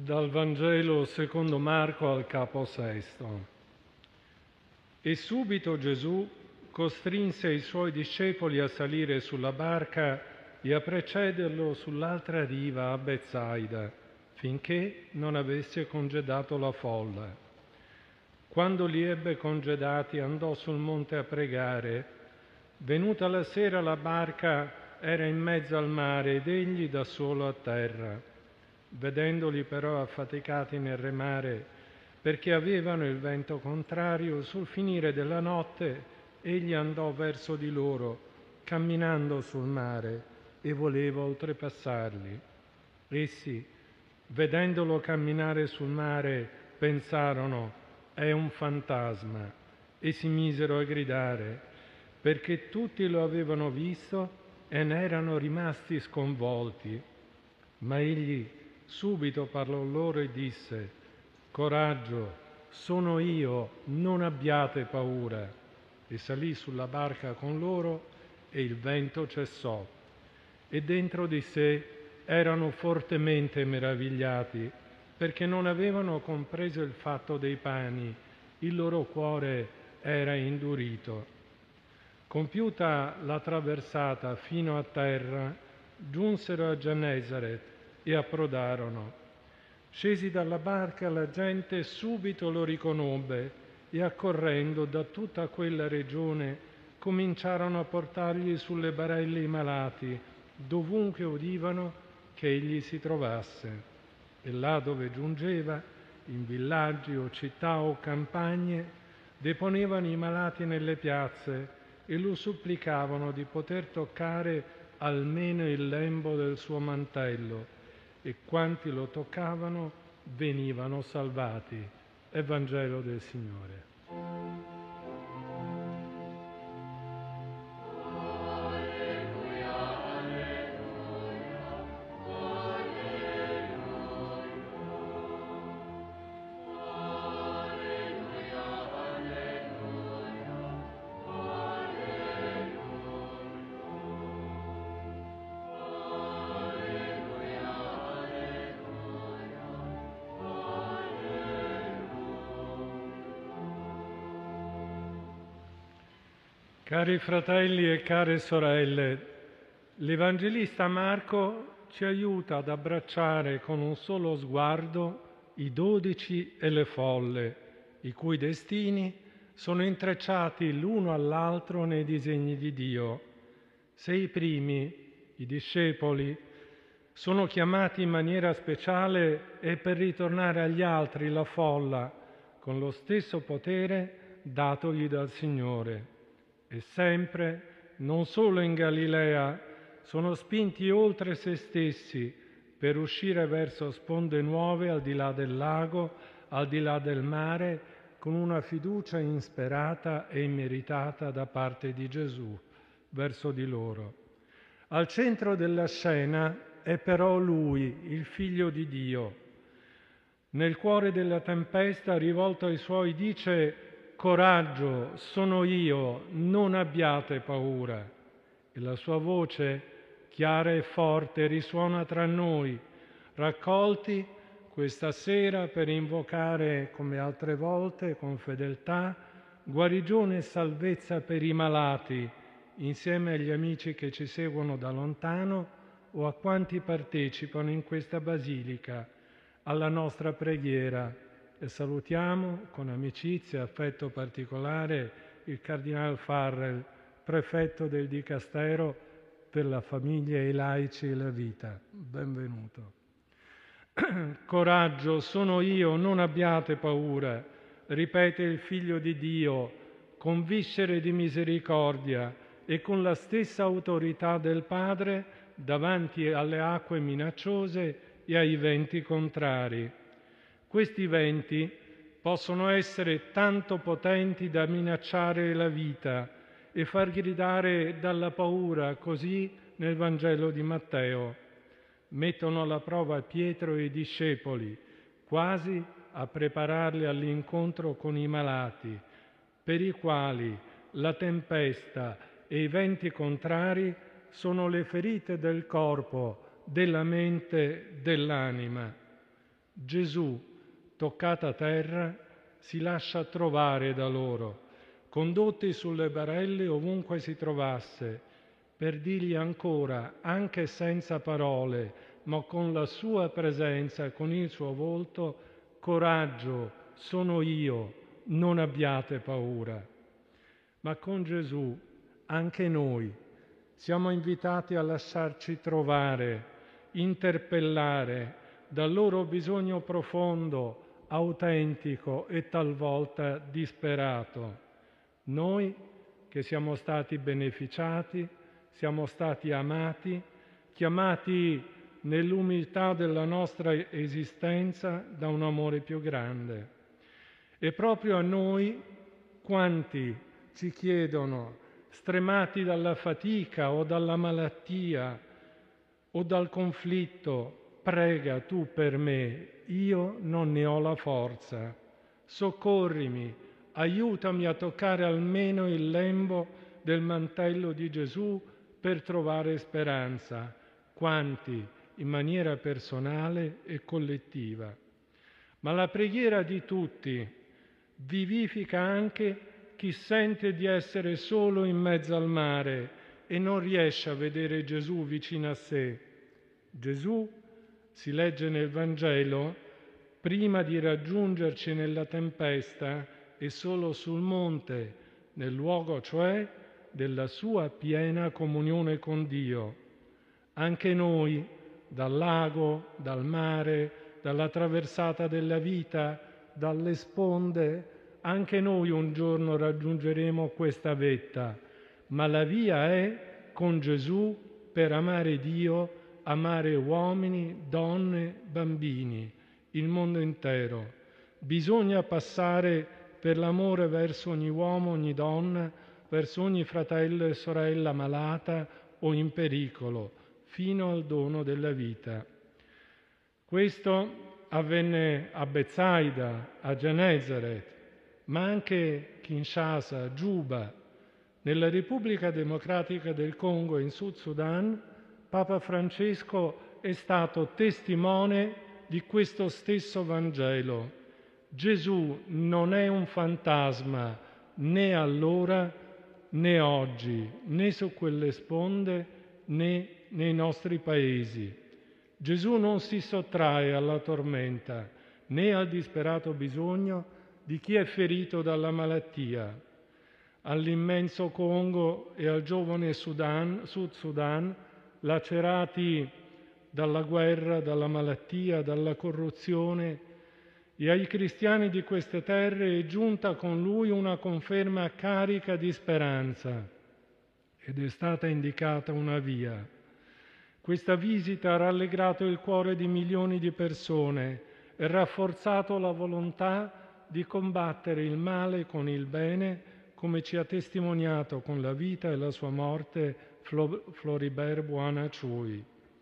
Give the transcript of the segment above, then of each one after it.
Dal Vangelo secondo Marco al capo sesto. E subito Gesù costrinse i suoi discepoli a salire sulla barca e a precederlo sull'altra riva a Betsaida, finché non avesse congedato la folla. Quando li ebbe congedati andò sul monte a pregare. Venuta la sera la barca era in mezzo al mare ed egli da solo a terra. Vedendoli però affaticati nel remare, perché avevano il vento contrario, sul finire della notte egli andò verso di loro, camminando sul mare, e voleva oltrepassarli. Essi, vedendolo camminare sul mare, pensarono: è un fantasma, e si misero a gridare, perché tutti lo avevano visto e ne erano rimasti sconvolti. Ma egli subito parlò loro e disse: «Coraggio, sono io, non abbiate paura». E salì sulla barca con loro e il vento cessò. E dentro di sé erano fortemente meravigliati, perché non avevano compreso il fatto dei pani, il loro cuore era indurito. Compiuta la traversata fino a terra, giunsero a Gennesaret e approdarono. Scesi dalla barca, la gente subito lo riconobbe e, accorrendo da tutta quella regione, cominciarono a portargli sulle barelle i malati, dovunque udivano che egli si trovasse. E là dove giungeva, in villaggi o città o campagne, deponevano i malati nelle piazze e lo supplicavano di poter toccare almeno il lembo del suo mantello, e quanti lo toccavano venivano salvati. Evangelo del Signore. Cari fratelli e care sorelle, l'Evangelista Marco ci aiuta ad abbracciare con un solo sguardo i 12 e le folle, i cui destini sono intrecciati l'uno all'altro nei disegni di Dio. Se i primi, i discepoli, sono chiamati in maniera speciale è per ritornare agli altri, la folla, con lo stesso potere datogli dal Signore. E sempre, non solo in Galilea, sono spinti oltre se stessi per uscire verso sponde nuove al di là del lago, al di là del mare, con una fiducia insperata e immeritata da parte di Gesù verso di loro. Al centro della scena è però Lui, il Figlio di Dio. Nel cuore della tempesta, rivolto ai Suoi, dice: «Coraggio, sono io, non abbiate paura». E la sua voce, chiara e forte, risuona tra noi, raccolti questa sera per invocare, come altre volte, con fedeltà, guarigione e salvezza per i malati, insieme agli amici che ci seguono da lontano o a quanti partecipano in questa basilica alla nostra preghiera. E salutiamo con amicizia e affetto particolare il Cardinal Farrell, prefetto del Dicastero per la famiglia, i laici e la vita. Benvenuto. Coraggio, sono io, non abbiate paura, ripete il Figlio di Dio, con viscere di misericordia e con la stessa autorità del Padre davanti alle acque minacciose e ai venti contrari. Questi venti possono essere tanto potenti da minacciare la vita e far gridare dalla paura, così nel Vangelo di Matteo. Mettono alla prova Pietro e i discepoli, quasi a prepararli all'incontro con i malati, per i quali la tempesta e i venti contrari sono le ferite del corpo, della mente, dell'anima. Gesù, toccata terra, si lascia trovare da loro, condotti sulle barelle ovunque si trovasse, per dirgli ancora, anche senza parole, ma con la sua presenza e con il suo volto: coraggio, sono io, non abbiate paura. Ma con Gesù anche noi siamo invitati a lasciarci trovare, interpellare dal loro bisogno profondo, autentico e talvolta disperato. Noi che siamo stati beneficiati, siamo stati amati, chiamati nell'umiltà della nostra esistenza da un amore più grande. E proprio a noi quanti ci chiedono, stremati dalla fatica o dalla malattia o dal conflitto: prega tu per me, io non ne ho la forza, soccorrimi, aiutami a toccare almeno il lembo del mantello di Gesù per trovare speranza. Quanti, in maniera personale e collettiva. Ma la preghiera di tutti vivifica anche chi sente di essere solo in mezzo al mare e non riesce a vedere Gesù vicino a sé. Gesù, si legge nel Vangelo, prima di raggiungerci nella tempesta è solo sul monte, nel luogo cioè della sua piena comunione con Dio. Anche noi, dal lago, dal mare, dalla traversata della vita, dalle sponde, anche noi un giorno raggiungeremo questa vetta, ma la via è con Gesù per amare Dio, amare uomini, donne, bambini, il mondo intero. Bisogna passare per l'amore verso ogni uomo, ogni donna, verso ogni fratello e sorella malata o in pericolo, fino al dono della vita. Questo avvenne a Betsaida, a Genesaret, ma anche Kinshasa, Giuba. Nella Repubblica Democratica del Congo, in Sud Sudan, Papa Francesco è stato testimone di questo stesso Vangelo. Gesù non è un fantasma né allora né oggi, né su quelle sponde né nei nostri paesi. Gesù non si sottrae alla tormenta né al disperato bisogno di chi è ferito dalla malattia. All'immenso Congo e al giovane Sud Sudan, lacerati dalla guerra, dalla malattia, dalla corruzione, e ai cristiani di queste terre è giunta con lui una conferma carica di speranza ed è stata indicata una via. Questa visita ha rallegrato il cuore di milioni di persone e rafforzato la volontà di combattere il male con il bene, come ci ha testimoniato con la vita e la sua morte Floribert Boana-Chui.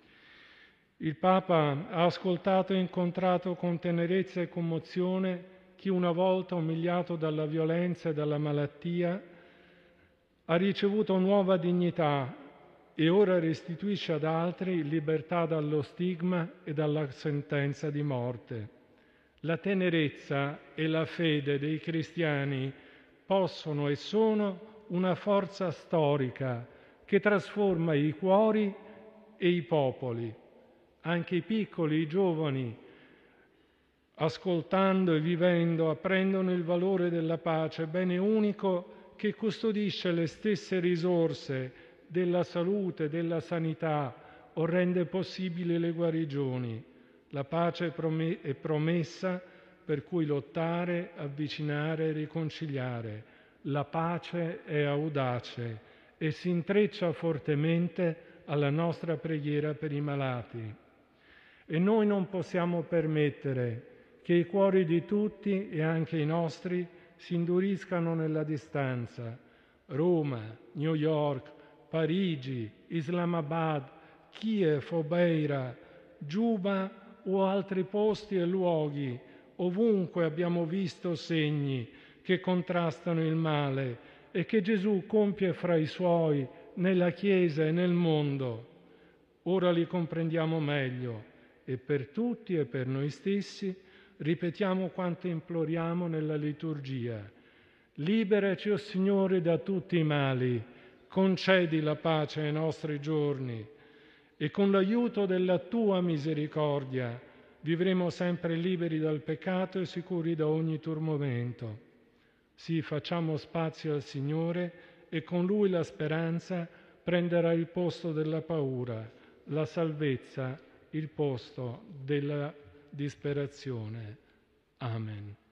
Il Papa ha ascoltato e incontrato con tenerezza e commozione chi, una volta umiliato dalla violenza e dalla malattia, ha ricevuto nuova dignità e ora restituisce ad altri libertà dallo stigma e dalla sentenza di morte. La tenerezza e la fede dei cristiani possono e sono una forza storica che trasforma i cuori e i popoli. Anche i piccoli, i giovani, ascoltando e vivendo, apprendono il valore della pace, bene unico che custodisce le stesse risorse della salute, della sanità o rende possibili le guarigioni. La pace è promessa per cui lottare, avvicinare e riconciliare. La pace è audace e si intreccia fortemente alla nostra preghiera per i malati. E noi non possiamo permettere che i cuori di tutti, e anche i nostri, si induriscano nella distanza. Roma, New York, Parigi, Islamabad, Kiev o Beira, Giuba o altri posti e luoghi, ovunque abbiamo visto segni che contrastano il male e che Gesù compie fra i Suoi, nella Chiesa e nel mondo. Ora li comprendiamo meglio e per tutti e per noi stessi, ripetiamo quanto imploriamo nella liturgia. Liberaci, o Signore, da tutti i mali, concedi la pace ai nostri giorni e con l'aiuto della Tua misericordia vivremo sempre liberi dal peccato e sicuri da ogni turmento. Sì, facciamo spazio al Signore e con Lui la speranza prenderà il posto della paura, la salvezza il posto della disperazione. Amen.